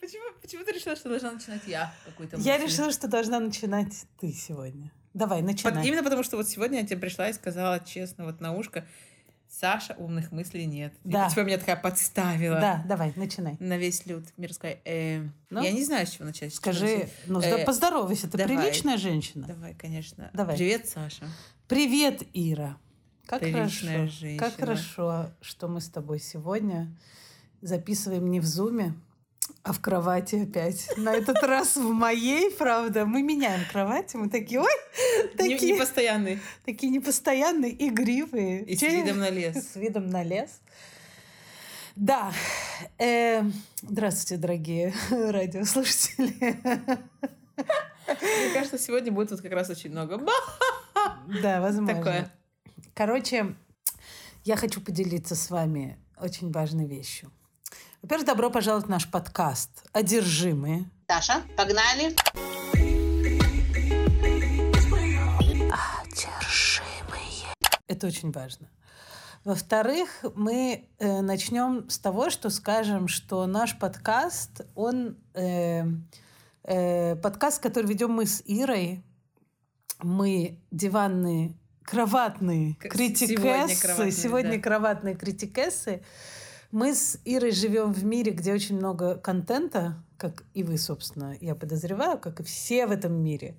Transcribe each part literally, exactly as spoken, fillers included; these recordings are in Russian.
Почему, почему ты решила, что должна начинать я какую-то мысль? Я решила, что должна начинать ты сегодня. Давай, начинай. Под, именно потому, что вот сегодня я тебе пришла и сказала честно, вот на ушко, Саша, умных мыслей нет. Да. И типа меня такая подставила. Да, давай, начинай. На весь люд мирской. Э, Ну? Я не знаю, с чего начать. Скажи, ну э, поздоровайся, ты давай. приличная женщина. Давай, конечно. Давай. Привет, Саша. Привет, Ира. Как Приличная хорошо, женщина. как хорошо, что мы с тобой сегодня записываем не в зуме, а в кровати опять. На этот раз в моей, правда. Мы меняем кровати. Мы такие, ой, Не, такие, непостоянный. такие непостоянные, игривые. И с Че- видом на лес. С видом на лес. Да. Э, здравствуйте, дорогие радиослушатели. Мне кажется, сегодня будет вот как раз очень много. Да, возможно. Такое. Короче, я хочу поделиться с вами очень важной вещью. Во-первых, добро пожаловать в наш подкаст «Одержимые». Саша, погнали. Одержимые. Это очень важно. Во-вторых, мы э, начнем с того, что скажем, что наш подкаст, он э, э, подкаст, который ведем мы с Ирой. Мы диванные, кроватные К- критикессы. сегодня кроватные, Сегодня да. кроватные критикессы. Мы с Ирой живем в мире, где очень много контента, как и вы, собственно, я подозреваю, как и все в этом мире.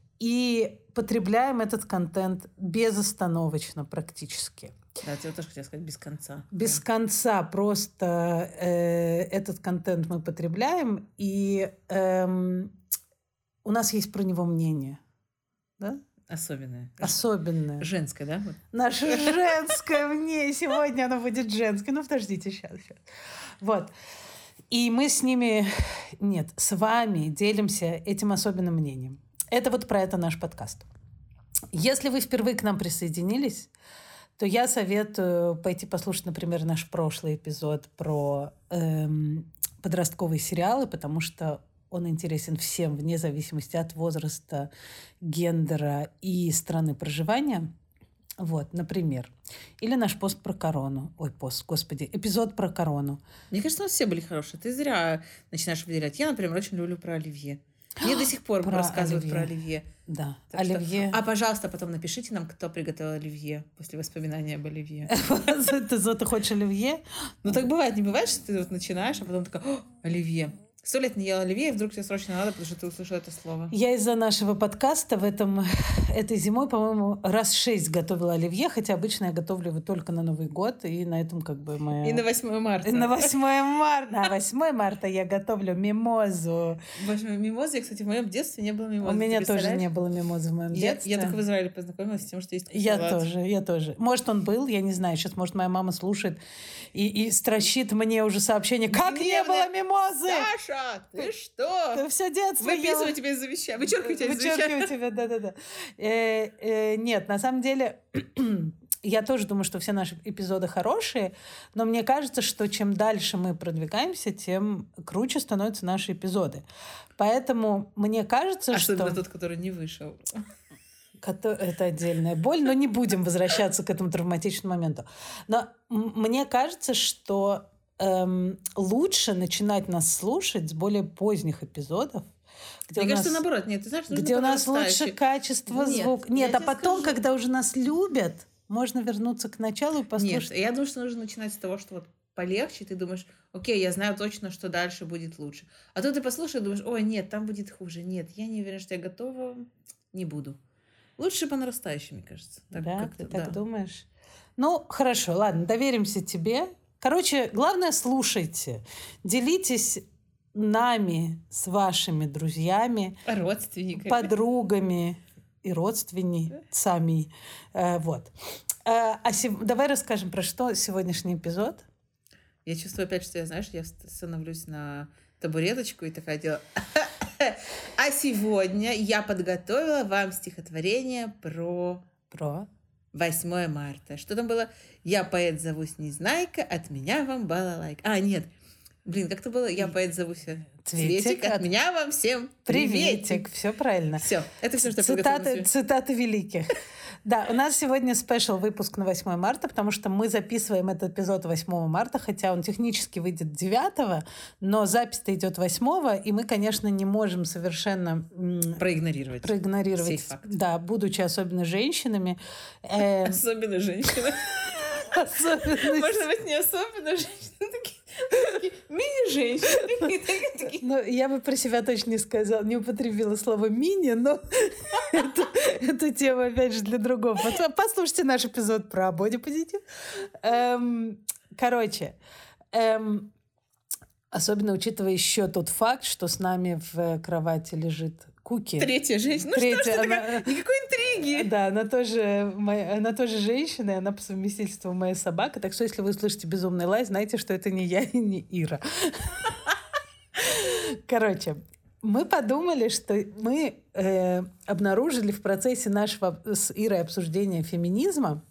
И потребляем этот контент безостановочно практически. Да, тебе тоже хотела сказать без конца. Без Да. конца просто э, этот контент мы потребляем, и эм, у нас есть про него мнение. Да? Особенное. Особенное. Женское, да? Вот. Наше женское мнение. Сегодня оно будет женское. Ну, подождите, сейчас, сейчас. Вот. И мы с ними, нет, с вами делимся этим особенным мнением. Это вот про это наш подкаст. Если вы впервые к нам присоединились, то я советую пойти послушать, например, наш прошлый эпизод про эм, подростковые сериалы, потому что он интересен всем, вне зависимости от возраста, гендера и страны проживания. Вот, например. Или наш пост про корону. Ой, пост, господи, эпизод про корону. Мне кажется, у нас все были хорошие. Ты зря начинаешь выделять. Я, например, очень люблю про оливье. Мне до сих пор Про рассказывают оливье. про оливье. Да, Так что- оливье. А, пожалуйста, потом напишите нам, кто приготовил оливье после воспоминания об оливье. Ты за- ты хочешь оливье? Ну так бывает, не бывает, что ты вот начинаешь, а потом такая, «О, оливье. Сто лет не ела оливье, и вдруг тебе срочно надо, потому что ты услышала это слово. Я из-за нашего подкаста в этом, этой зимой, по-моему, раз шесть готовила оливье, хотя обычно я готовлю его только на Новый год, и на этом как бы моя... И на восьмое марта. И на восьмое марта. На восьмое марта я готовлю мимозу. Боже мой, мимозы, кстати, в моем детстве не было мимозы. У меня Ты тоже представляешь? не было мимозы в моем Я, детстве. я только в Израиле познакомилась с тем, что есть такой Я салат. тоже, я тоже. Может, он был, я не знаю. Сейчас, может, моя мама слушает и, и строчит мне уже сообщение. Как не Гневная. было мимозы? Саша, ты что? Ты все детство Выписываю ела. тебя из завещания. Вычеркиваю тебя из завещания. Вычеркиваю тебя, да-да-да. Э, э, Нет, на самом деле, я тоже думаю, что все наши эпизоды хорошие, но мне кажется, что чем дальше мы продвигаемся, тем круче становятся наши эпизоды. Поэтому мне кажется, Особенно что... тот, который не вышел. Кото- Это отдельная боль, но не будем возвращаться к этому травматичному моменту. Но м- мне кажется, что эм, лучше начинать нас слушать с более поздних эпизодов, где Мне у кажется, нас, наоборот. Нет, ты знаешь, нужно где у нас подрастающий. лучше качество Нет, звука. я Нет, а тебе потом, скажу. когда уже нас любят, можно вернуться к началу и Нет, послушать. я думаю, что нужно начинать с того, что вот полегче, ты думаешь, окей, я знаю точно, что дальше будет лучше. А то ты послушаешь и думаешь, ой, нет, там будет хуже. Нет, я не уверена, что я готова, не буду. Лучше по нарастающей, мне кажется. Так Да, как-то, ты так да. думаешь? Ну, хорошо, ладно, доверимся тебе. Короче, главное, слушайте. Делитесь нами с вашими друзьями, Родственниками. подругами и родственницами. Э, Вот. Э, А сев- давай расскажем, про что сегодняшний эпизод. Я чувствую опять, что я, знаешь, я ст- становлюсь на табуреточку и такая делаю. А сегодня я подготовила вам стихотворение про Про... восьмое марта. Что там было? Я поэт, зовусь Незнайка, от меня вам балалайка. А, нет. Блин, как-то было, я поэт зовуся. Цветик, Цветик, от, от меня вам всем приветик. Приветик, все правильно. Все, это все, что я Цитаты, цитаты великих. Да, у нас сегодня спешл выпуск на восьмое марта, потому что мы записываем этот эпизод восьмого марта, хотя он технически выйдет девятого, но запись-то идет восьмого, и мы, конечно, не можем совершенно проигнорировать, проигнорировать сей факт. Да, будучи особенно женщинами. Особенно женщины. Особенно... Можно быть не особенно женщины, такие, такие мини-женщины. Ну, я бы про себя точно не сказала, не употребила слово «мини», но эту, эту тему, опять же, для другого. Послушайте наш эпизод про бодипозитив. Эм, короче, эм, особенно учитывая еще тот факт, что с нами в кровати лежит Куки. Третья женщина. Ну Третья, что ж ты она... такая? Никакой интриги. Да, она тоже, моя, она тоже женщина, и она по совместительству моя собака. Так что, если вы слышите безумный лай, знайте, что это не я и не Ира. Короче, мы подумали, что мы э, обнаружили в процессе нашего с Ирой обсуждения феминизма,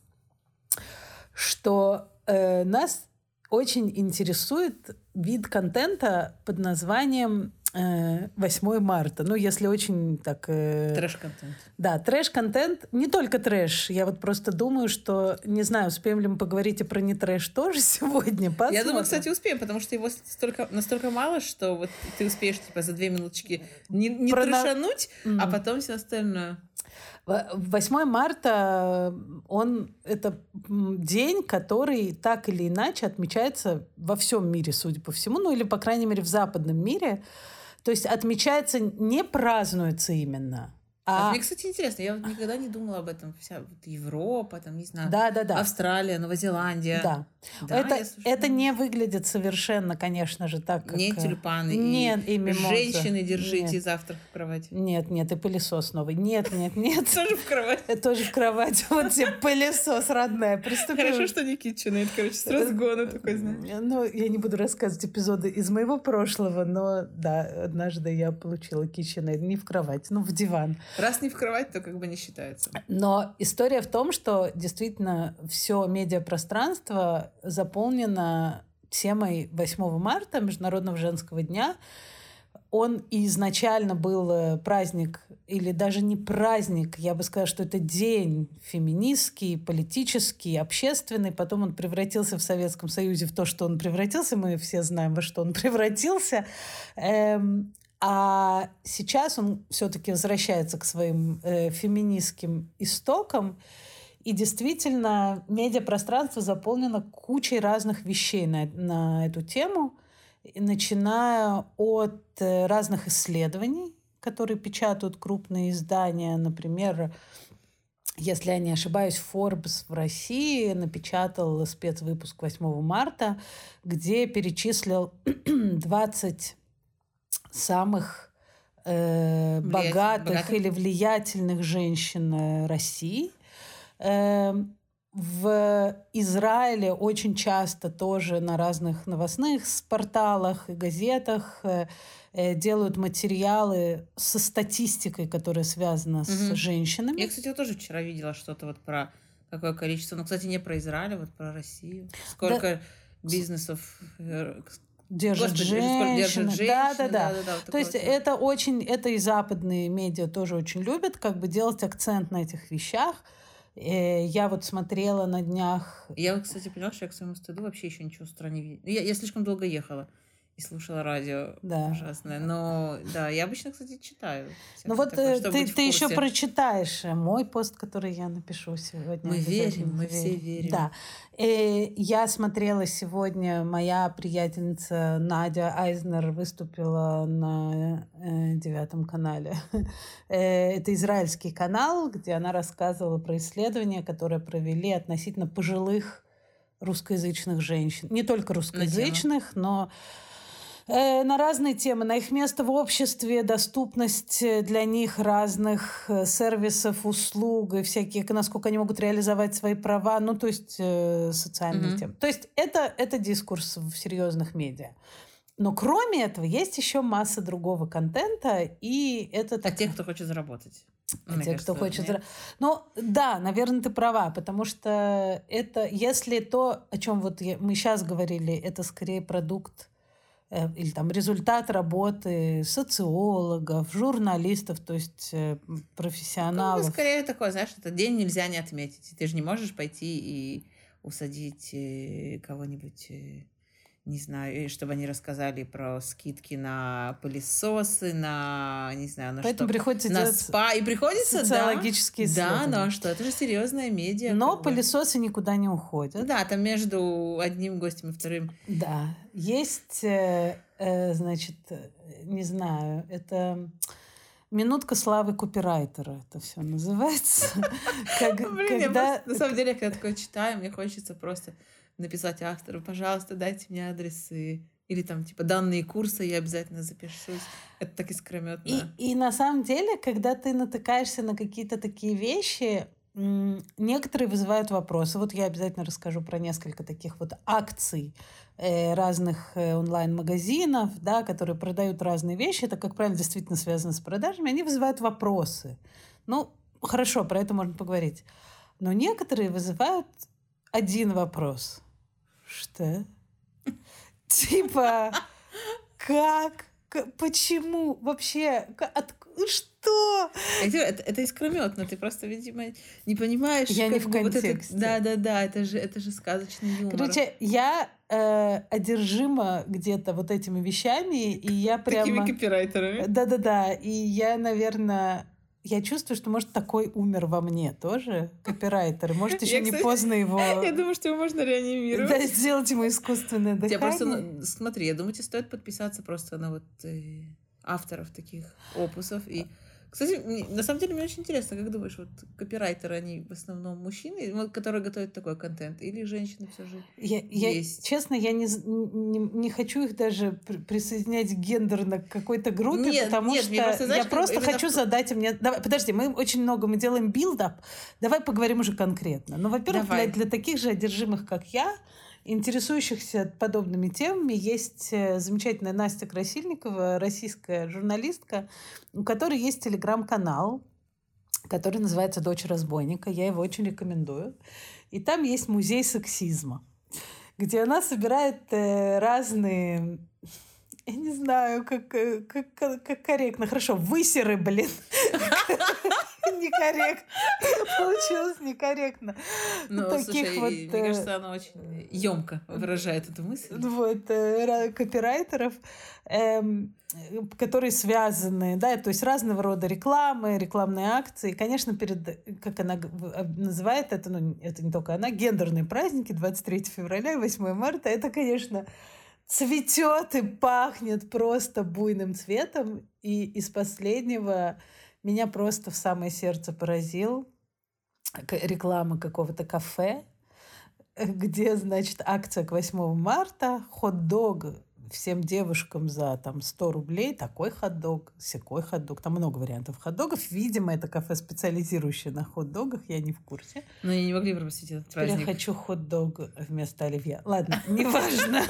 что э, нас очень интересует вид контента под названием восьмое марта. Ну, если очень так... Э... Трэш-контент. Да, трэш-контент. Не только трэш. Я вот просто думаю, что... Не знаю, успеем ли мы поговорить и про не трэш тоже сегодня. Посмотрим. Я думаю, кстати, успеем, потому что его столько, настолько мало, что вот ты успеешь типа за две минуточки не, не про трэшануть, mm. а потом все остальное. восьмое марта, он это день, который так или иначе отмечается во всем мире, судя по всему, ну или, по крайней мере, в западном мире. То есть отмечается, не празднуется именно. А... Мне, кстати, интересно, я вот никогда не думала об этом. Вся вот Европа, там, не знаю, да, да, да. Австралия, Новая Зеландия. Да. Да это, это не выглядит совершенно, конечно же, так, как... Не тюльпаны нет, и, и мимоза. Женщины, держите нет. завтрак в кровати. Нет, нет, и пылесос новый. Нет, нет, нет. Тоже в кровати. Тоже в кровати. Вот тебе пылесос, родная. Приступила. Хорошо, что не KitchenAid, короче, с разгона такой, знаешь. Ну, я не буду рассказывать эпизоды из моего прошлого, но, да, однажды я получила KitchenAid не в кровати, ну, в диван. Раз не в кровать, то как бы не считается. Но история в том, что действительно все медиапространство заполнено темой восьмого марта, Международного женского дня. Он изначально был праздник, или даже не праздник, я бы сказала, что это день феминистский, политический, общественный. Потом он превратился в Советском Союзе в то, что он превратился. Мы все знаем, во что он превратился. Эм, А сейчас он все-таки возвращается к своим э, феминистским истокам. И действительно, медиапространство заполнено кучей разных вещей на, на эту тему, начиная от э, разных исследований, которые печатают крупные издания. Например, если я не ошибаюсь, Forbes в России напечатал спецвыпуск восьмого марта, где перечислил двадцать самых э, богатых, богатых или влиятельных женщин России. Э, в Израиле очень часто тоже на разных новостных порталах и газетах э, э, делают материалы со статистикой, которая связана угу. с женщинами. Я, кстати, тоже вчера видела что-то вот про какое количество, но, кстати, не про Израиль, а вот про Россию. Сколько да. бизнесов... Держит Господи, женщины. Держит женщины. Да, да, да. да, да, да вот То есть вот. это очень, это и западные медиа тоже очень любят, как бы делать акцент на этих вещах. Я вот смотрела на днях... Я, кстати, поняла, что я к своему стыду вообще еще ничего в стране не видела. Я, я слишком долго ехала и слушала радио да. ужасное. Но, да, я обычно, кстати, читаю. Ну вот такое, ты, ты еще прочитаешь мой пост, который я напишу сегодня. Мы верим, мы все верим. Да. И я смотрела сегодня, моя приятельница Надя Айзнер выступила на э, девятом канале. Это израильский канал, где она рассказывала про исследования, которые провели относительно пожилых русскоязычных женщин. Не только русскоязычных, но на разные темы, на их место в обществе, доступность для них разных сервисов, услуг и всяких, насколько они могут реализовать свои права, ну, то есть э, социальные mm-hmm. темы. То есть это, это дискурс в серьезных медиа. Но кроме этого есть еще масса другого контента, и это... А так... те, кто хочет заработать. А те, кто хочет заработать. Ну, да, наверное, ты права, потому что это, если то, о чем вот я, мы сейчас говорили, это скорее продукт э, или там результат работы социологов, журналистов, то есть э, Ну, профессионалов. скорее такое, знаешь, этот день нельзя не отметить. Ты же не можешь пойти и усадить э, кого-нибудь, э, не знаю, и чтобы они рассказали про скидки на пылесосы, на, не знаю, на Поэтому что, приходится на делать спа. И приходится, да, социологические да, ну а исследования. что, это же серьезная медиа. Но как бы. пылесосы никуда не уходят. Да, там между одним гостем и вторым. Да, есть, э, э, значит, э, не знаю, это минутка славы копирайтера, это все называется. Как- Блин, я Когда просто, на самом деле, когда такое читаю, мне хочется просто написать автору, пожалуйста, дайте мне адресы. Или там, типа, данные курса, я обязательно запишусь. Это так И, искрометно. и на самом деле, когда ты натыкаешься на какие-то такие вещи, м, некоторые вызывают вопросы. Вот я обязательно расскажу про несколько таких вот акций э, разных э, онлайн-магазинов, да, которые продают разные вещи. Это, как правило, действительно связано с продажами. Они вызывают вопросы. Ну, хорошо, про это можно поговорить. Но некоторые вызывают один вопрос. Что? Типа, как? К- Почему? Вообще? К- от- Что? Я говорю, Это, это искрометно, ты просто, видимо, не понимаешь, Я не как в бы вот это... контексте. Да-да-да, это же, это же сказочный юмор. Короче, я э, одержима где-то вот этими вещами, и я Такими прямо... копирайтерами. Да-да-да, и я, наверное... Я чувствую, что, может, такой умер во мне тоже, копирайтер. Может, еще Я, не кстати, поздно его... Я думаю, что его можно Да, реанимировать. сделать ему искусственное Тебе просто, дыхание. ну, смотри, я думаю, тебе стоит подписаться просто на вот э, авторов таких опусов. И, кстати, мне- на самом деле мне очень интересно, как думаешь, вот копирайтеры, они в основном мужчины, вот, которые готовят такой контент, или женщины все же Я, я, есть? честно, я не, з- не, не хочу их даже при- присоединять гендерно к какой-то группе, Нет, потому нет, что мне просто, знаешь, я как бы просто именно хочу в- задать мне... Давай, подожди, мы очень много, мы делаем билдап. Давай поговорим уже конкретно. Ну, во-первых, для, Давай. для таких же одержимых, как я, интересующихся подобными темами, есть э, замечательная Настя Красильникова, российская журналистка, у которой есть телеграм-канал, который называется «Дочь разбойника». Я его очень рекомендую. И там есть музей сексизма, где она собирает э, разные... Я не знаю, как, э, как, как, как корректно. Хорошо, высеры, блин. Некорректно. Получилось некорректно. Ну, Таких слушай, вот, мне э, кажется, она очень емко выражает эту мысль. вот, э, ра- копирайтеров, эм, э, которые связаны, да, то есть разного рода рекламы, рекламные акции. И, конечно, перед, э, как она г- в- об- называет это, ну, это не только она, гендерные праздники, двадцать третьего февраля и восьмого марта, это, конечно, цветет и пахнет просто буйным цветом. И из последнего меня просто в самое сердце поразил к- реклама какого-то кафе, э, где, значит, акция к восьмому марта, хот-дог всем девушкам за там сто рублей, такой хот-дог, сякой хот-дог, там много вариантов хот-догов. Видимо, это кафе, специализирующее на хот-догах, я не в курсе. Но они не могли пропустить этот Теперь я праздник. хочу хот-дог вместо оливье. Ладно, неважно.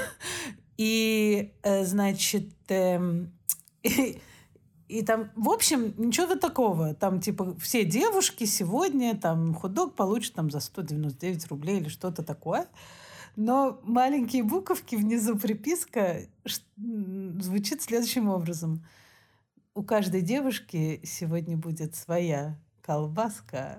И, э, значит, эм, и, и там, в общем, ничего вот такого. Там, типа, все девушки сегодня там хот-дог получат там за сто девяносто девять рублей или что-то такое. Но маленькие буковки внизу приписка ш- м, звучит следующим образом. У каждой девушки сегодня будет своя колбаска.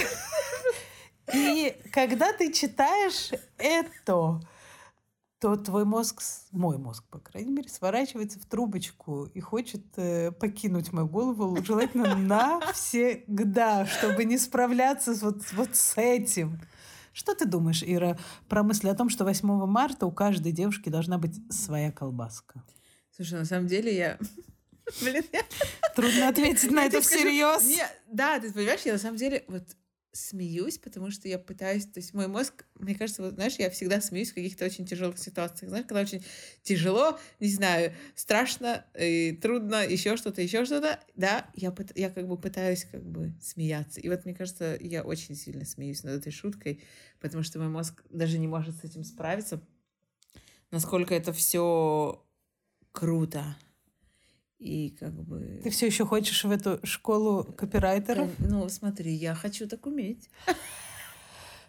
И когда ты читаешь это, то твой мозг, с- мой мозг, по крайней мере, сворачивается в трубочку и хочет э, покинуть мою голову, желательно навсегда, чтобы не справляться с вот, вот с этим. Что ты думаешь, Ира, про мысль о том, что восьмого марта у каждой девушки должна быть своя колбаска? Слушай, на самом деле я... Блин, я... Трудно ответить на Я это тебе скажу, всерьез. не, да, ты понимаешь, я на самом деле вот смеюсь, потому что я пытаюсь, то есть мой мозг, мне кажется, вот, знаешь, я всегда смеюсь в каких-то очень тяжелых ситуациях, знаешь, когда очень тяжело, не знаю, страшно, и трудно, еще что-то, еще что-то, да, я, пыт- я как бы пытаюсь как бы смеяться. И вот мне кажется, я очень сильно смеюсь над этой шуткой, потому что мой мозг даже не может с этим справиться, насколько это все круто. И как бы... Ты все еще хочешь в эту школу копирайтеров? Кон- Ну, смотри, я хочу так уметь.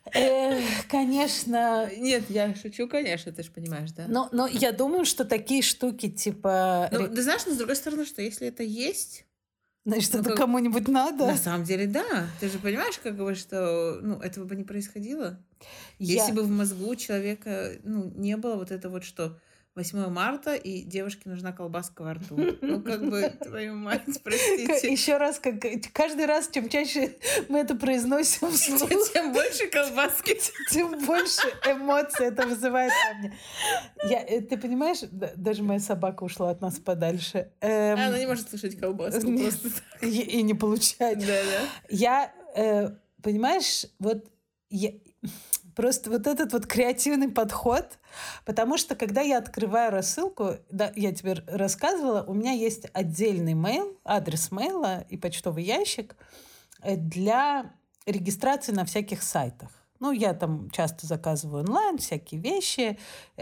Э, Конечно. Нет, я шучу, конечно, ты же понимаешь, да? Но, но я думаю, что такие штуки типа... Ну, ре- ты знаешь, но с другой стороны, что если это есть, Значит, ну, это как- кому-нибудь надо. на самом деле, да. Ты же понимаешь, как бы, что ну, этого бы не происходило. Я- Если бы в мозгу человека ну, не было вот это вот, что восьмое марта, и девушке нужна колбаска во рту. Ну, как бы, твою мать, простите. Еще раз, как каждый раз, чем чаще мы это произносим вслух, Тем больше колбаски. тем больше эмоций это вызывает во мне. Я, э, ты понимаешь, да- даже моя собака ушла от нас подальше. Эм, Она не может слушать колбаску Нет. просто так. и, и не получать. Да-да. Я, э, понимаешь, вот я- просто вот этот вот креативный подход, потому что когда я открываю рассылку, да, я тебе рассказывала, у меня есть отдельный мейл, адрес мейла и почтовый ящик э, для регистрации на всяких сайтах. Ну, я там часто заказываю онлайн всякие вещи,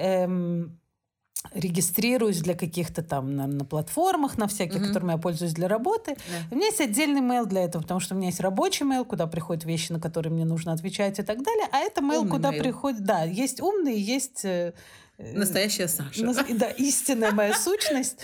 эм, регистрируюсь для каких-то там на, на платформах, на всяких, Мгм. которыми я пользуюсь для работы. Да. У меня есть отдельный мейл для этого, потому что у меня есть рабочий мейл, куда приходят вещи, на которые мне нужно отвечать и так далее. А это мейл, Умный куда мейл. приходит... Да, есть умный, есть... э, э, Настоящая Саша. наз- Да, истинная моя сущность.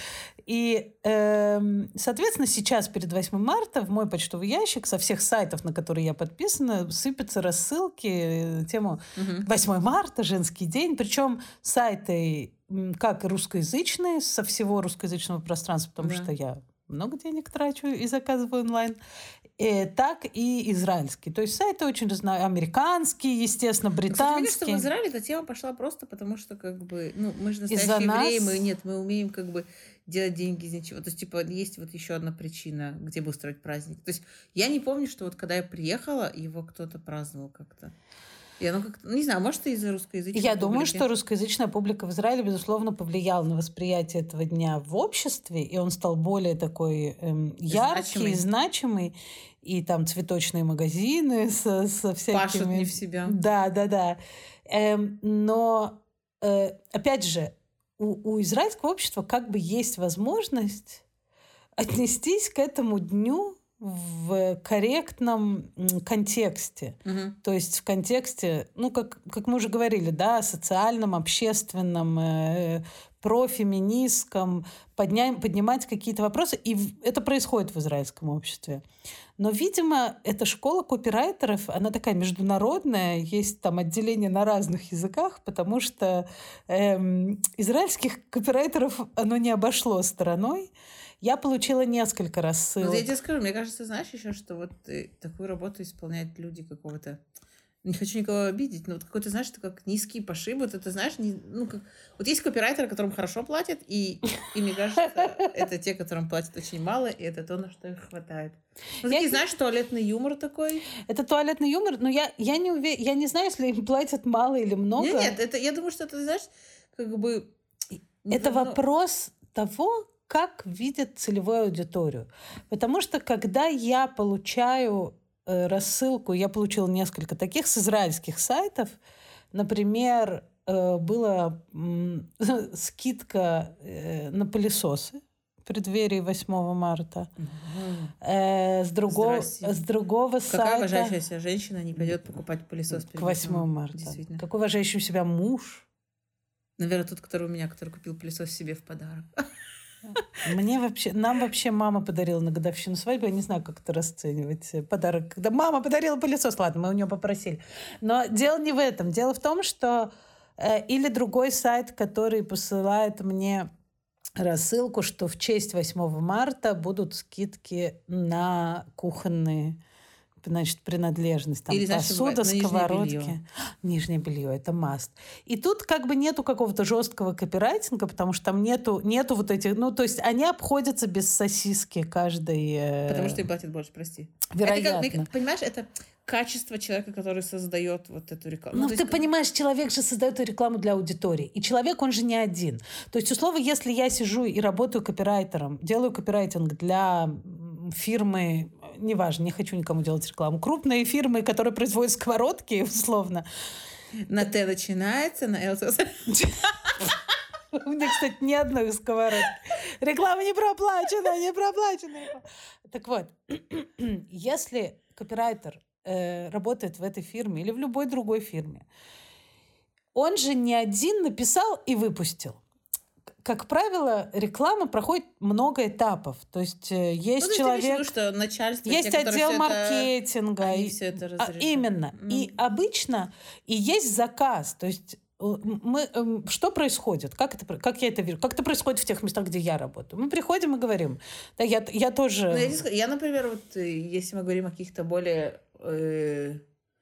И, эм, соответственно, сейчас перед восьмым марта в мой почтовый ящик со всех сайтов, на которые я подписана, сыпятся рассылки, э, тему Мгм. восьмое марта, женский день. Причем сайты м, как русскоязычные, со всего русскоязычного пространства, потому Да. что я много денег трачу и заказываю онлайн, э, так и израильские. То есть сайты очень разные, американские, естественно, Ну, кстати, видишь, что в британские. Израиле эта тема пошла просто потому, что как бы, ну, мы же Из-за настоящие евреи, нас? мы нет, мы умеем как бы делать деньги из ничего. То есть, типа, есть вот еще одна причина, где бы устроить праздник. То есть, я не помню, что вот когда я приехала, его кто-то праздновал как-то. И оно как-то, ну, не знаю, может, и из-за русскоязычной Я думаю, публики. что русскоязычная публика в Израиле, безусловно, повлияла на восприятие этого дня в обществе, и он стал более такой эм, яркий, Значимый. значимый, и там цветочные магазины со, со всякими... Пашут не в себя. Да, да, да. Эм, но, э, опять же, у, у израильского общества как бы есть возможность отнестись к этому дню в корректном м, контексте. Мгм. То есть в контексте, ну, как, как мы уже говорили, да, социальном, общественном, э, профеминистском, подня- поднимать какие-то вопросы. И в- это происходит в израильском обществе. Но, видимо, эта школа копирайтеров, она такая международная, есть там отделение на разных языках, потому что эм, израильских копирайтеров оно не обошло стороной. Я получила несколько Ну, рассылок. я тебе скажу, мне кажется, знаешь еще, что вот э, такую работу исполняют люди какого-то... Не хочу никого обидеть, но вот какой-то, знаешь, это как низкий пошиб. Вот это, знаешь, не, ну, как... Вот есть копирайтеры, которым хорошо платят, и, и мне кажется, это те, которым платят очень мало, и это то, на что их хватает. Ну, Я такие, не- знаешь, туалетный юмор такой. Это туалетный юмор, но я, я, не уве... я не знаю, если им платят мало или много. Нет, нет, это, я думаю, что это, знаешь, как бы... ну, Это ну, вопрос того, как видят целевую аудиторию. Потому что когда я получаю э, рассылку, я получила несколько таких с израильских сайтов, например, э, была м, скидка э, на пылесосы в преддверии восьмого марта. ну, Э, с, другого, Здрасте. с другого Какая сайта... уважающаяся женщина не пойдет покупать пылесос перед К восьмому восьмым? марта. Действительно. Как уважающий себя муж. Наверное, тот, который у меня, который купил пылесос себе в подарок. Мне вообще, нам вообще мама подарила на годовщину свадьбы. Я не знаю, как это расценивать. э, Подарок, когда мама подарила пылесос. Ладно, мы у нее попросили. Но дело не в этом. Дело в том, что э, или другой сайт, который посылает мне рассылку, что в честь восьмого марта будут скидки на кухонные, значит, принадлежность. Там Или, знаешь, посуда, бывает, на нижнее сковородки. белье. Нижнее белье, это маст. И тут как бы нету какого-то жесткого копирайтинга, потому что там нету, нету вот этих... Ну, то есть они обходятся без сосиски каждой... э, Потому что им платят больше, прости. Вероятно. Это как, мне- понимаешь, это качество человека, который создает вот эту рекламу. Ну, то ты есть как- понимаешь, человек же создает эту рекламу для аудитории. И человек, он же не один. То есть, условно, если я сижу и работаю копирайтером, делаю копирайтинг для м, фирмы, неважно, не хочу никому делать рекламу, крупные фирмы, которые производят сковородки, условно. На Т начинается, на Л... У меня, кстати, ни одной сковородки. Реклама не проплачена, не проплачена. реклама. Так вот, если копирайтер э, работает в этой фирме или в любой другой фирме, он же не один написал и выпустил. Как правило, реклама проходит много этапов. То есть э, есть Ну, ты человек... имеешь в виду, что начальство, Есть те, которые отдел всё это- маркетинга. они и- всё это а, разрешают. именно. М. И обычно и есть заказ. То есть э, мы, эм, что происходит? Как, это, про- как я это вижу? Как это происходит в тех местах, где я работаю? Мы приходим и говорим. Да, я, я тоже... Ну, я, не ска- я, например, вот э, если мы говорим о каких-то более э,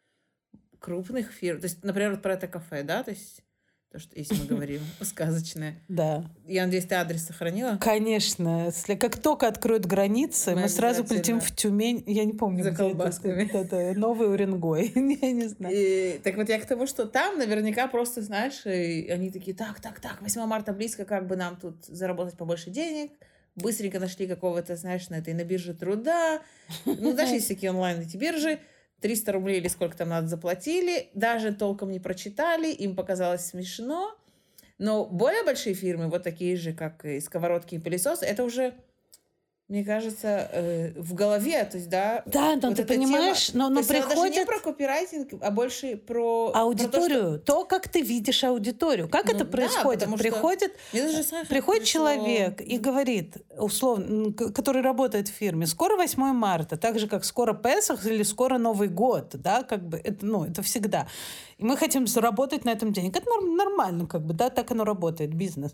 крупных фирмах, то есть, например, вот про это кафе, да, то есть то, что если мы говорим сказочное. Да. Я надеюсь, ты адрес сохранила? Конечно. Если как только откроют границы, мы, Мы сразу полетим обязательно в Тюмень. Я не помню, за где это. колбасками. Это, это Новый Уренгой. Я не знаю. И, так вот я к тому, что там наверняка просто, знаешь, и они такие, так, так, так, восьмое марта близко, как бы нам тут заработать побольше денег. Быстренько нашли какого-то, знаешь, на этой, на бирже труда. Ну, даже есть такие онлайн эти биржи. триста рублей или сколько там надо заплатили. Даже толком не прочитали, им показалось смешно. Но более большие фирмы, вот такие же, как и сковородки и пылесосы, это уже, мне кажется, э, в голове, то есть, да. Да, но вот ты эта понимаешь, тема- но, но то есть она даже не приходит про копирайтинг, а больше про... аудиторию, про то, то, как ты видишь аудиторию. Как Ну это да, происходит? потому что Приходит, что... Мне даже самое приходит пришло- человек и говорит, условно, м, к- который работает в фирме, скоро восьмое марта, так же, как скоро Песах или скоро Новый год, да, как бы, это, ну, это всегда. И мы хотим заработать на этом денег. Это норм- нормально, как бы, да, так оно работает, бизнес.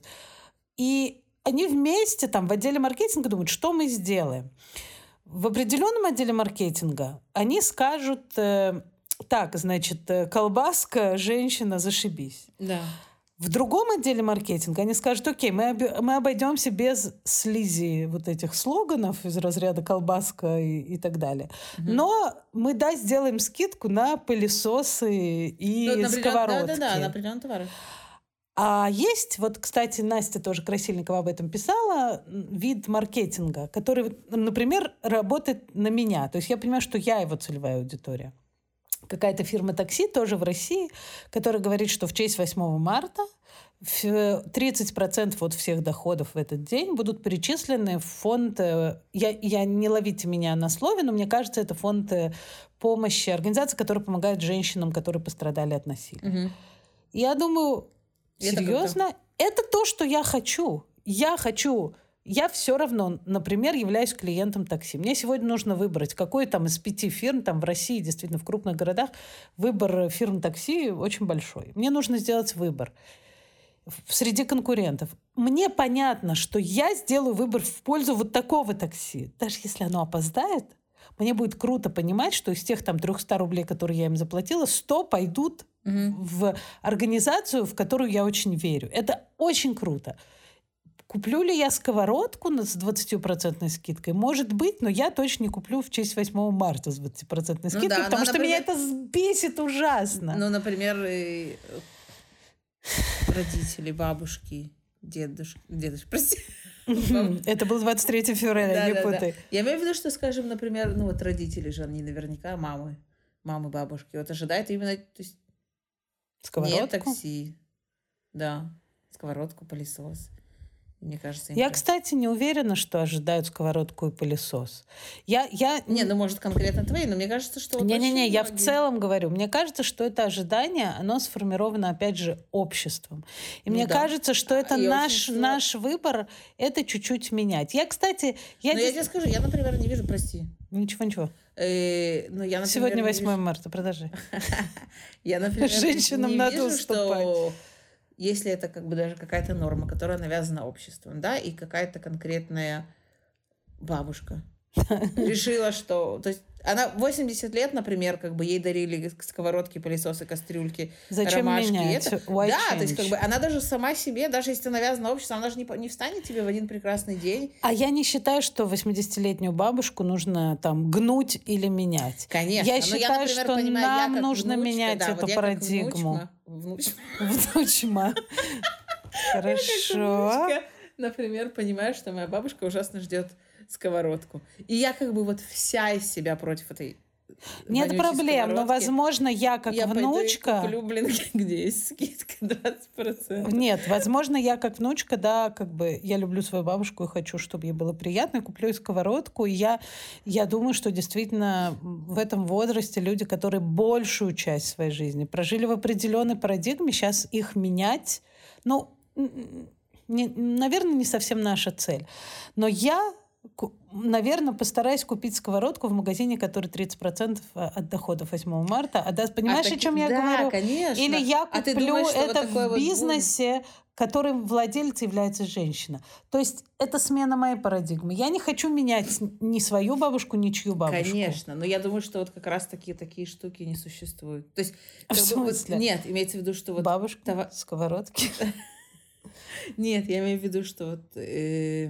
И они вместе там в отделе маркетинга думают, что мы сделаем. В определенном отделе маркетинга они скажут, э, так, значит, э, колбаска, женщина, зашибись. Да. В другом отделе маркетинга они скажут, окей, мы, оби- мы обойдемся без слизи вот этих слоганов из разряда колбаска и, и так далее. Мгм. Но мы, да, сделаем скидку на пылесосы и Ну, вот на определен- сковородки. Да-да-да, на определенные товары. А есть, вот, кстати, Настя тоже Красильникова об этом писала, м, вид маркетинга, который, вот, например, работает на меня. То есть я понимаю, что я его целевая аудитория. Какая-то фирма такси тоже в России, которая говорит, что в честь восьмого марта в- тридцать процентов от всех доходов в этот день будут перечислены в фонд... э, Я, я не ловите меня на слове, но мне кажется, это фонд э, помощи, организации, которая помогает женщинам, которые пострадали от насилия. Мгм. Я думаю, Это серьезно? Это то, что я хочу. Я хочу. Я все равно, например, являюсь клиентом такси. Мне сегодня нужно выбрать, какой там из пяти фирм, там в России, действительно, в крупных городах, выбор фирм такси очень большой. Мне нужно сделать выбор в- среди конкурентов. Мне понятно, что я сделаю выбор в пользу вот такого такси. Даже если оно опоздает, мне будет круто понимать, что из тех там триста рублей, которые я им заплатила, сто пойдут Мгм. в организацию, в которую я очень верю. Это очень круто. Куплю ли я сковородку на- с двадцатипроцентной скидкой? Может быть, но я точно не куплю в честь восьмого марта с двадцатипроцентной Ну скидкой, да, потому ну, что меня например- это бесит ужасно. Ну, например, и, э, родители, бабушки, дедушки, дедушки, прости. Мгм. Это был двадцать третьего февраля, не Да-да-да. путай. Я имею в виду, что, скажем, например, ну вот родители же, они наверняка мамы, мамы, бабушки, вот ожидают именно, то есть не Сковородку. такси, да, сковородку, пылесос. Мне кажется, им Я, прям- кстати, не уверена, что ожидают сковородку и пылесос. Я, я Не, ну может конкретно твои, но мне кажется, что вот Не-не-не, очень я в многие- целом говорю. Мне кажется, что это ожидание, оно сформировано, опять же, обществом. И Ну мне да. кажется, что это И очень наш, сложно. наш выбор, это чуть-чуть менять. Я, кстати, я... Ну, я дес- тебе скажу, я, например, не вижу, прости. Ничего-ничего. Э, ну, я, например, Сегодня не восьмое вижу- марта, продолжи. Я, например, Женщинам не надо вижу, уступать. что если это как бы даже какая-то норма, которая навязана обществом, да, и какая-то конкретная бабушка решила, что... То есть она восемьдесят лет, например, как бы ей дарили сковородки, пылесосы, кастрюльки, Зачем ромашки. менять? Это... Why Да, то есть как change? бы она даже сама себе, даже если навязана обществом, она же не, по- не встанет тебе в один прекрасный день. А я не считаю, что восьмидесятилетнюю бабушку нужно там гнуть или менять. Конечно. Я но считаю, например, что понимаю, я нам как нужно внучка, менять да, эту вот я как парадигму. внучма- внучма. Внучма. Хорошо. Внучка, например, понимаю, что моя бабушка ужасно ждет сковородку. И я как бы вот вся из себя против этой Нет вонючей проблем, но, сковородки, возможно, я как я пойду и внучка... куплю, блин, где есть скидка двадцать процентов. Нет, возможно, я как внучка, да, как бы я люблю свою бабушку и хочу, чтобы ей было приятно, куплю ей сковородку. И я, я думаю, что действительно в этом возрасте люди, которые большую часть своей жизни прожили в определенной парадигме, сейчас их менять, ну, не, наверное, не совсем наша цель. Но я, наверное, постараюсь купить сковородку в магазине, который тридцать процентов от доходов восьмого марта. А да, понимаешь, А о таки- чем я да, говорю? конечно. Или я А ты куплю думаешь, что вот это такой в вот бизнесе, которым владелец является женщина. То есть это смена моей парадигмы. Я не хочу менять ни свою бабушку, ни чью бабушку. Конечно, но я думаю, что вот как раз такие такие штуки не существуют. То есть, В как бы вот- смысле? нет, имеется в виду, что вот Бабушка, това- сковородки. нет, я имею в виду, что вот э,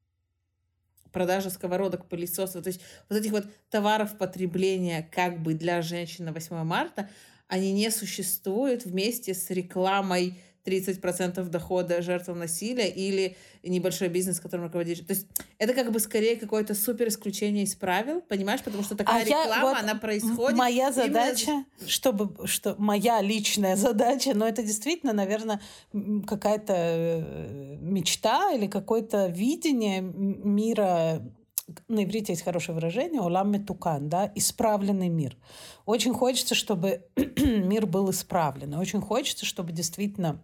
продажа сковородок, пылесосов, то есть вот этих вот товаров потребления как бы для женщин на восьмое марта, они не существуют вместе с рекламой тридцать процентов дохода жертвам насилия или небольшой бизнес, которым руководишь. То есть это как бы скорее какое-то супер исключение из правил, понимаешь? Потому что такая А я реклама, вот- она М- происходит. Моя именно задача, чтобы, что моя личная задача, но это действительно, наверное, м, какая-то э, мечта или какое-то видение м- мира. На иврите есть хорошее выражение «олам метукан», да, исправленный мир. Очень хочется, чтобы мир был исправлен. И очень хочется, чтобы действительно,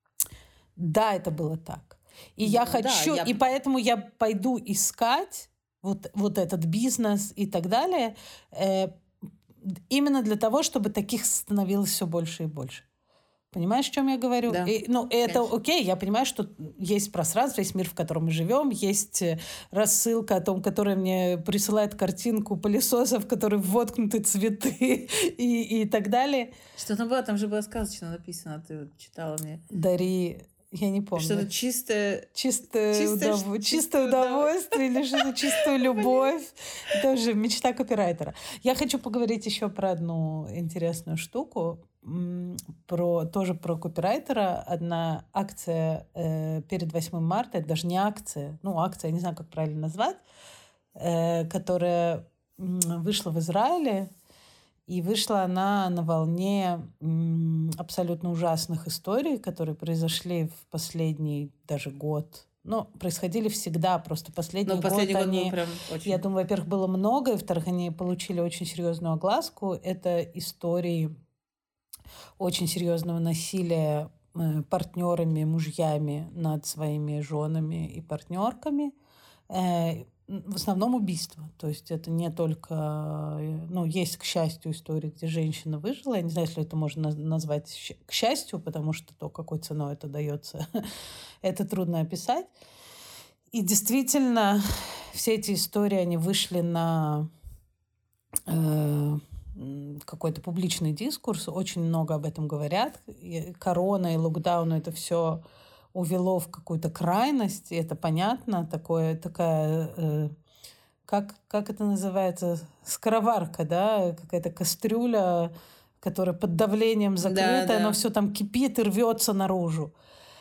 да, это было так. И я Да, хочу, я- и поэтому я пойду искать вот, вот этот бизнес и так далее, э, именно для того, чтобы таких становилось все больше и больше. Понимаешь, о чем я говорю? Да, И, ну, это конечно. окей, я понимаю, что есть пространство, есть мир, в котором мы живем, есть э, рассылка о том, которая мне присылает картинку пылесоса, в который воткнуты цветы и, и так далее. Что там было? Там же было сказочно написано, ты вот читала мне. Дари, я не помню. Что-то чистое... Чистое, Чистое удов- ш- чистое чистое удовольствие или что-то чистую любовь. Тоже мечта копирайтера. Я хочу поговорить еще про одну интересную штуку. М, Про, тоже про копирайтера. Одна акция э, перед восьмым марта, это даже не акция, ну, акция, я не знаю, как правильно назвать, э, которая м, вышла в Израиле. И вышла она на волне м, абсолютно ужасных историй, которые произошли в последний даже год. Ну, происходили всегда, просто последний Но год последний год они... был прям очень... Я думаю, во-первых, было много, и, во-вторых, они получили очень серьезную огласку. Это истории очень серьезного насилия э, партнерами, мужьями над своими женами и партнерками. Э, В основном убийство. То есть это не только... э, Ну, есть, к счастью, истории, где женщина выжила. Я не знаю, если это можно наз- назвать щ- к счастью, потому что то, какой ценой это дается, это трудно описать. И действительно, все эти истории, они вышли на э, м, какой-то публичный дискурс. Очень много об этом говорят. И корона и локдаун — это все увело в какую-то крайность, и это понятно, такое, такая, э, как, как это называется, скороварка, да, какая-то кастрюля, которая под давлением закрыта, да. оно все там кипит и рвется наружу.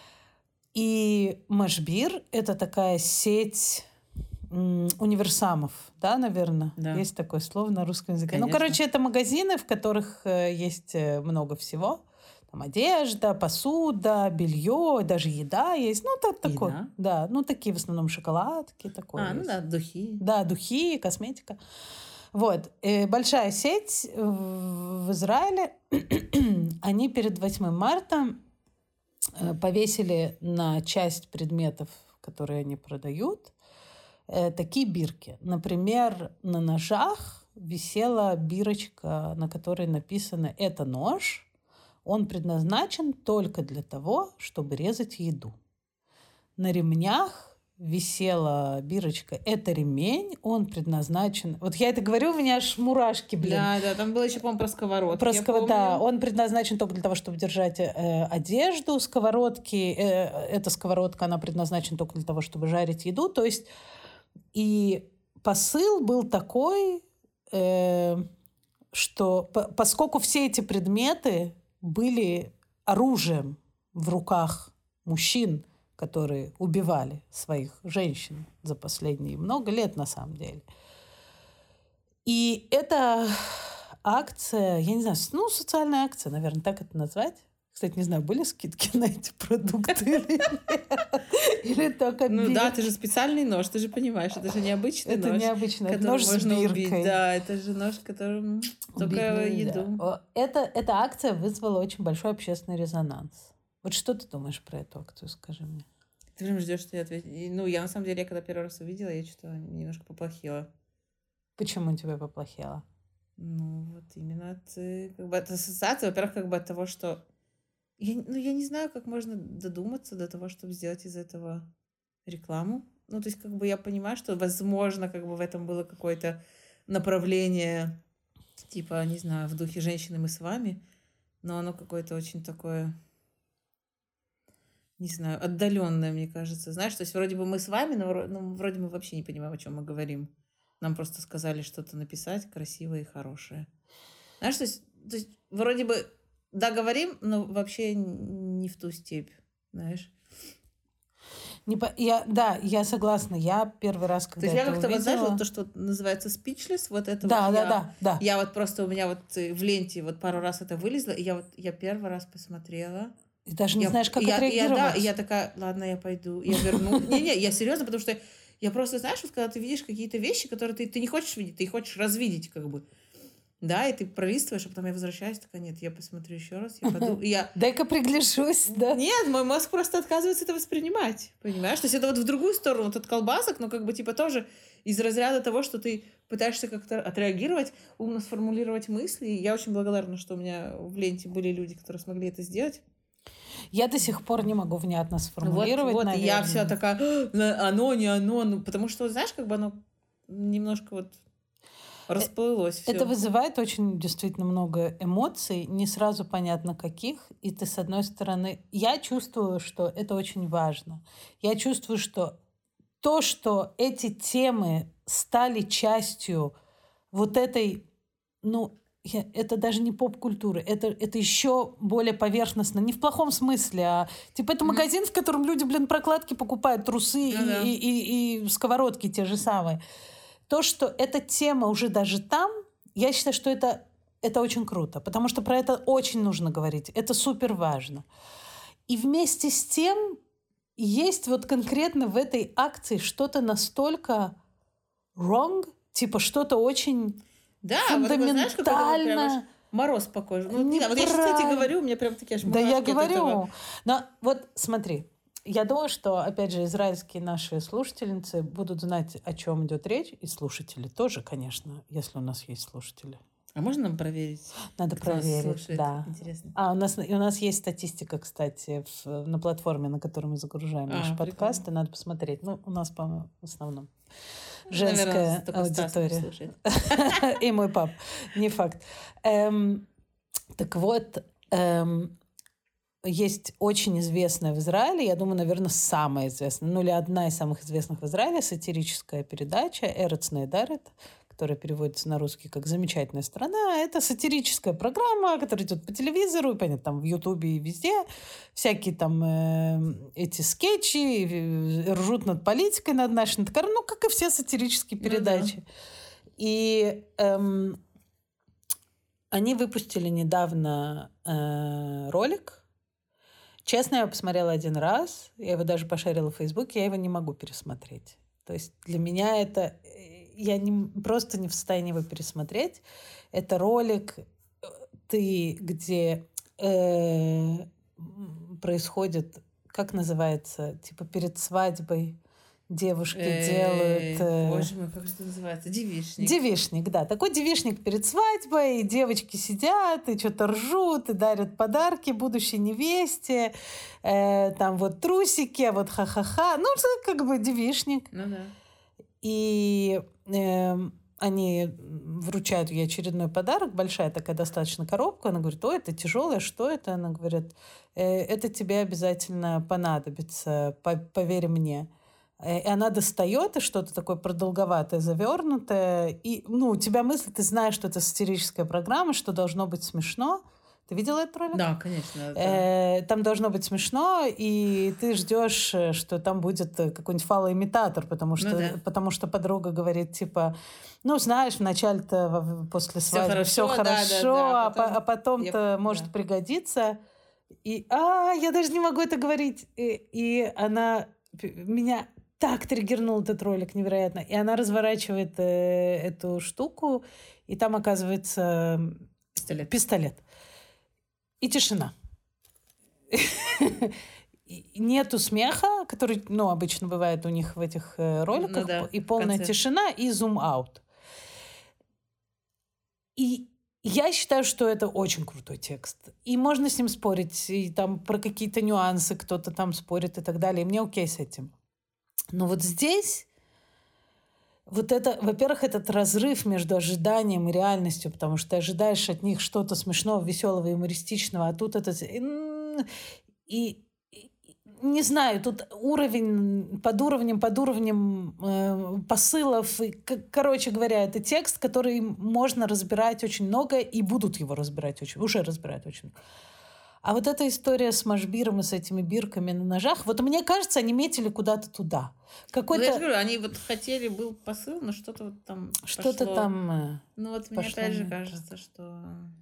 И Машбир — это такая сеть м, универсамов, да, наверное? Да. Есть такое слово на русском языке. Ну, Конечно. короче, это магазины, в которых э, есть э, много всего. Там одежда, посуда, белье, даже еда есть. Ну, так, такое. Еда? Да, ну, такие в основном шоколадки. Такое А, ну есть. да, духи. Да, духи, косметика. Вот. Э, большая сеть в в Израиле. Они перед восьмым марта э, повесили на часть предметов, которые они продают, э, такие бирки. Например, на ножах висела бирочка, на которой написано «Это нож. Он предназначен только для того, чтобы резать еду». На ремнях висела бирочка «Это ремень, он предназначен...» Вот я это говорю, у меня аж мурашки, блин. Да, да, там было еще, по-моему, про сковородку. Про я сковород- да, помню. он предназначен только для того, чтобы держать э, одежду. Сковородки, э, эта сковородка, она предназначена только для того, чтобы жарить еду. То есть и посыл был такой, э, что по- поскольку все эти предметы были оружием в руках мужчин, которые убивали своих женщин за последние много лет, на самом деле. И это акция, я не знаю, ну, социальная акция, наверное, так это назвать. Кстати, не знаю, были скидки на эти продукты или нет? Или только Ну бир- да, это же специальный нож, ты же понимаешь, это же необычный Это нож, необычно, это которым нож с можно убить. биркой. Да, это же нож, которым Убить только нельзя. еду. О, Это, эта акция вызвала очень большой общественный резонанс. Вот что ты думаешь про эту акцию, скажи мне? Ты прям ждешь, что я отвечу. И, Ну, я на самом деле, я когда первый раз увидела, я что-то немножко поплохела. Почему тебе поплохело? Ну, вот именно от, э, как бы, от ассоциации, во-первых, как бы от того, что... Я, н- ну, я не знаю, как можно додуматься до того, чтобы сделать из этого рекламу. Ну, то есть, как бы я понимаю, что, возможно, как бы в этом было какое-то направление, типа, не знаю, в духе «женщины, мы с вами», но оно какое-то очень такое, не знаю, отдаленное, мне кажется. Знаешь, то есть вроде бы мы с вами, но вро- ну, вроде мы вообще не понимаем, о чем мы говорим. Нам просто сказали что-то написать красивое и хорошее. Знаешь, то есть, то есть вроде бы да, говорим, но вообще н- не в ту степь, знаешь. Не по- я, да, я согласна. Я первый раз, То когда есть я это как-то вот, знаешь, увидела... вот то, что вот называется speechless, вот это Да, вот да, я, да, да. я вот просто, у меня вот э, в ленте вот пару раз это вылезло, и я вот, я первый раз посмотрела. И даже не Я, знаешь, как я, я, да, и отреагировать. я такая, ладно, я пойду, я верну. Не-не, я серьезно, потому что я просто, знаешь, вот когда ты видишь какие-то вещи, которые ты, ты не хочешь видеть, ты их хочешь развидеть, как бы. Да, и ты пролистываешь, а потом я возвращаюсь, такая, нет, я посмотрю еще раз, я пойду. И я... Дай-ка пригляжусь, да? Нет, мой мозг просто отказывается это воспринимать, понимаешь? То есть это вот в другую сторону, вот от колбасок, но как бы типа тоже из разряда того, что ты пытаешься как-то отреагировать, умно сформулировать мысли. И я очень благодарна, что у меня в ленте были люди, которые смогли это сделать. Я до сих пор не могу внятно Вот, сформулировать, вот, и я наверное. вся такая, «А, оно, не оно, ну, потому что, знаешь, как бы оно немножко вот расплылось всё. Это вызывает очень действительно много эмоций, не сразу понятно каких. И ты, с одной стороны, я чувствую, что это очень важно. Я чувствую, что то, что эти темы стали частью вот этой, ну, я- это даже не поп-культуры, это, это еще более поверхностно, не в плохом смысле, а типа это Мгм. магазин, в котором люди, блин, прокладки покупают, трусы и, Ну да. и- и- и сковородки те же самые. То, что эта тема уже даже там, я считаю, что это, это очень круто, потому что про это очень нужно говорить, это супер важно. И вместе с тем есть вот конкретно в этой акции что-то настолько wrong, типа что-то очень Да, вот такой, знаешь, какой-то вот прям аж фундаментально мороз по коже. Ну, не знаю, вот я сейчас, кстати, неправильно. говорю, у меня прям такие аж Да, я мурашки от этого. говорю. Но вот смотри, я думаю, что, опять же, израильские наши слушательницы будут знать, о чем идет речь, и слушатели тоже, конечно, если у нас есть слушатели. А можно нам проверить, Надо кто нас проверить, слушает? да. Интересно. А у нас, и у нас есть статистика, кстати, в- на платформе, на которой мы загружаем наши А, подкасты. прикольно. Надо посмотреть. Ну, у нас, по-моему, в основном Наверное, женская только Стас не аудитория. слушает. И мой пап. Не факт. Эм, Так вот, эм, есть очень известная в Израиле, я думаю, наверное, самая известная, ну или одна из самых известных в Израиле, сатирическая передача «Эрец Нейдарет», которая переводится на русский как «Замечательная страна». Это сатирическая программа, которая идет по телевизору, и, понятно, там в Ютубе и везде. Всякие там э, эти скетчи, э, ржут над политикой, над нашей, над кор- ну, как и все сатирические Ну да. передачи. И эм, они выпустили недавно э, ролик. Честно, я его посмотрела один раз. Я его даже пошарила в Фейсбуке. Я его не могу пересмотреть. То есть для меня это... э, Я не, просто не в состоянии его пересмотреть. Это ролик, э, ты, где э, м, происходит... Как называется? Типа перед свадьбой девушки делают... Эй, э, Боже мой, как же это называется? Девичник. Девишник, да. Такой девишник перед свадьбой. И девочки сидят, и что-то ржут, и дарят подарки будущей невесте. Э, там вот трусики, а вот ха-ха-ха. Ну, это как бы девишник. Ну да. И эм, они вручают ей очередной подарок. Большая такая достаточно коробка. Она говорит, ой, это тяжелое, что это? Она говорит, «Э, это тебе обязательно понадобится, по- поверь мне. Э, И она достает, и что-то такое продолговатое, завернутое. И, ну, у тебя мысль, ты знаешь, что это сатирическая программа, что должно быть смешно. Ты видела этот ролик? Да, конечно. Да. Э, Там должно быть смешно, и ты ждешь, э, что там будет э, какой-нибудь фалоимитатор, потому Ну что, да. потому что подруга говорит, типа, ну, знаешь, вначале-то во- после Всё свадьбы все хорошо, да, да, хорошо, да, а, по- потом а потом-то я- может да. пригодиться. И, а, я даже не могу это говорить. И, и она п- меня так триггернул этот ролик невероятно. И она разворачивает э, эту штуку, и там оказывается м, Пистолет. пистолет. И тишина. И нету смеха, который, ну, обычно бывает у них в этих э, роликах, Ну да, и в полная конце. тишина, и зум-аут. И я считаю, что это очень крутой текст. И можно с ним спорить, и там про какие-то нюансы кто-то там спорит и так далее. И мне окей с этим. Но вот здесь вот это, во-первых, этот разрыв между ожиданием и реальностью, потому что ты ожидаешь от них что-то смешного, веселого, юмористичного, а тут это... м, И, и- не знаю, тут уровень под уровнем, под уровнем э, посылов. И, к- короче говоря, это текст, который можно разбирать очень много, и будут его разбирать очень, уже разбирают очень много. А вот эта история с Машбиром и с этими бирками на ножах, вот мне кажется, они метили куда-то туда. Ну, я же Какой-то говорю, они вот хотели, был посыл, но что-то вот там что-то пошло. там э, Ну вот мне пошло опять же не кажется, так. что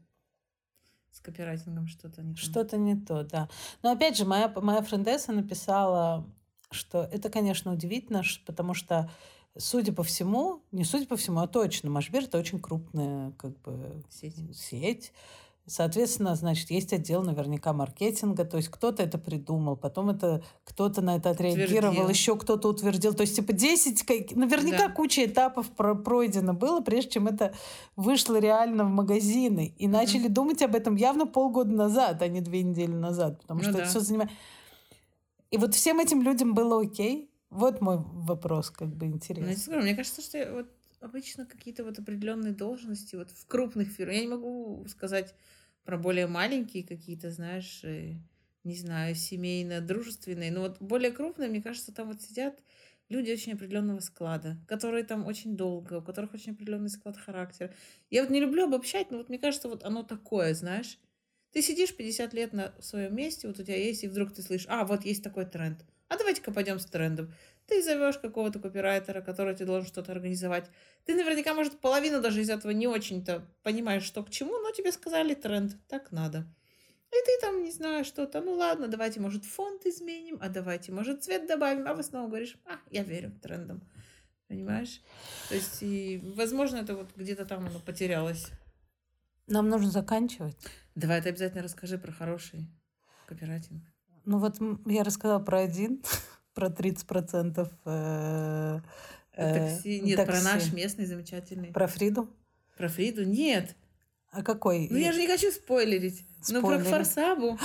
с копирайтингом что-то не то. Что-то не то, да. Но опять же, моя, моя френдесса написала, что это, конечно, удивительно, ш- потому что, судя по всему, не судя по всему, а точно, Машбир — это очень крупная как бы Сеть. сеть. Соответственно, значит, есть отдел наверняка маркетинга, то есть кто-то это придумал, потом это кто-то на это отреагировал, Утвердил. еще кто-то утвердил. То есть, типа, десять, ка- наверняка Да. куча этапов про- пройдено было, прежде чем это вышло реально в магазины. И Мгм. начали думать об этом явно полгода назад, а не две недели назад, потому Ну что да. это все занимает... И вот всем этим людям было окей. Вот мой вопрос, как бы Ну, я интересный. тебе говорю, мне кажется, что вот обычно какие-то вот определенные должности вот в крупных фирмах, я не могу сказать про более маленькие какие-то, знаешь, э, не знаю, семейно-дружественные, но вот более крупные, мне кажется, там вот сидят люди очень определенного склада, которые там очень долго, у которых очень определенный склад характера. Я вот не люблю обобщать, но вот мне кажется, вот оно такое, знаешь. Ты сидишь пятьдесят лет на своем месте, вот у тебя есть, и вдруг ты слышишь, а, вот есть такой тренд, а давайте-ка пойдем с трендом. Ты зовешь какого-то копирайтера, который тебе должен что-то организовать. Ты наверняка, может, половину даже из этого не очень-то понимаешь, что к чему, но тебе сказали тренд, так надо. И ты там, не знаю, что-то, ну ладно, давайте, может, фонд изменим, а давайте, может, цвет добавим, а вы снова говоришь, а, я верю трендам. Понимаешь? То есть, и, возможно, это вот где-то там оно потерялось. Нам нужно заканчивать. Давай, ты обязательно расскажи про хороший копирайтинг. Ну вот м, я рассказала про один, про тридцать процентов э, э, Такси. Нет, про такси. наш местный замечательный. Про Фриду? Про Фриду? Нет. А какой? Ну, я же не хочу спойлерить. Ну, про Спойлеры. Фарсабу.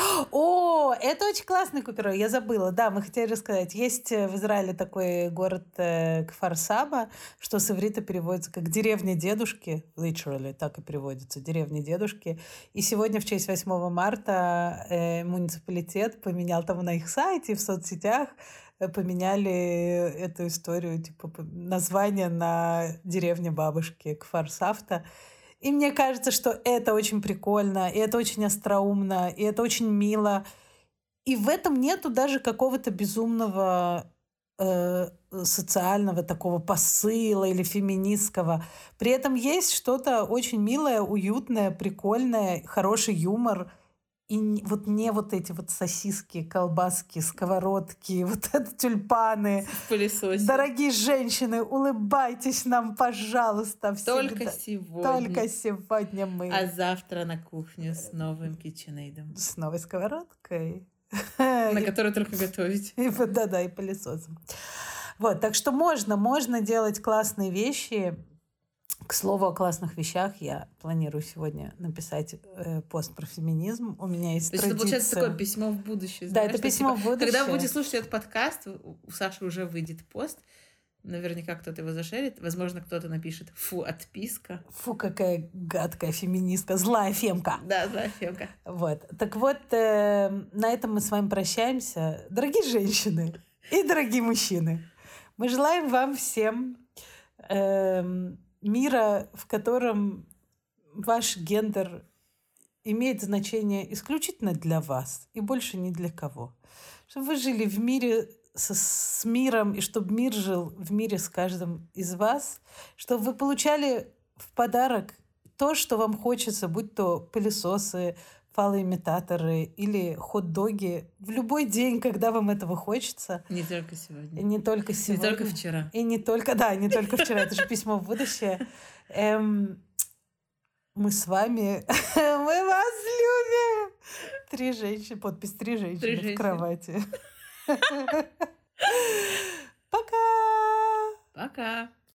О, это очень классный копирой, я забыла. Да, мы хотели рассказать. Есть э, в Израиле такой город э, Кфар-Саба, что с иврита переводится как «деревня дедушки». Literally, так и переводится. «Деревня дедушки». И сегодня в честь восьмого марта э, муниципалитет поменял там на их сайте, в соцсетях э, поменяли эту историю, типа по- название на «деревня бабушки» Кфар-Савта. И мне кажется, что это очень прикольно, и это очень остроумно, и это очень мило. И в этом нету даже какого-то безумного э, социального такого посыла или феминистского. При этом есть что-то очень милое, уютное, прикольное, хороший юмор. И н- вот не вот эти вот сосиски, колбаски, сковородки, вот это тюльпаны. В пылесосе. Дорогие женщины, улыбайтесь нам, пожалуйста, Только всегда. сегодня. Только сегодня мы А завтра на кухню с новым KitchenAid. с новой сковородкой. На которой только готовить. И, да-да, и пылесосом. Вот, так что можно, можно делать классные вещи. К слову о классных вещах, я планирую сегодня написать э, пост про феминизм. У меня есть То есть это получается традиция. такое письмо в будущее. Да, знаешь, это что, письмо типа, в будущее. Когда вы будете слушать этот подкаст, у у Саши уже выйдет пост. Наверняка кто-то его зашерит. Возможно, кто-то напишет «Фу, отписка». Фу, какая гадкая феминистка, злая фемка. Да, да, Фемка. Вот. Так вот, э, на этом мы с вами прощаемся. Дорогие женщины и дорогие мужчины, мы желаем вам всем эм, мира, в котором ваш гендер имеет значение исключительно для вас и больше ни для кого. Чтобы вы жили в мире со- с миром, и чтобы мир жил в мире с каждым из вас, чтобы вы получали в подарок то, что вам хочется, будь то пылесосы, фалоимитаторы или хот-доги, в любой день, когда вам этого хочется. Не только И сегодня. не только Не сегодня. только вчера. И не только, да, не только вчера. Это же письмо в будущее. Эм, мы с вами, мы вас любим. Три женщины, подпись три женщины Три в женщины. кровати. Пока! Пока.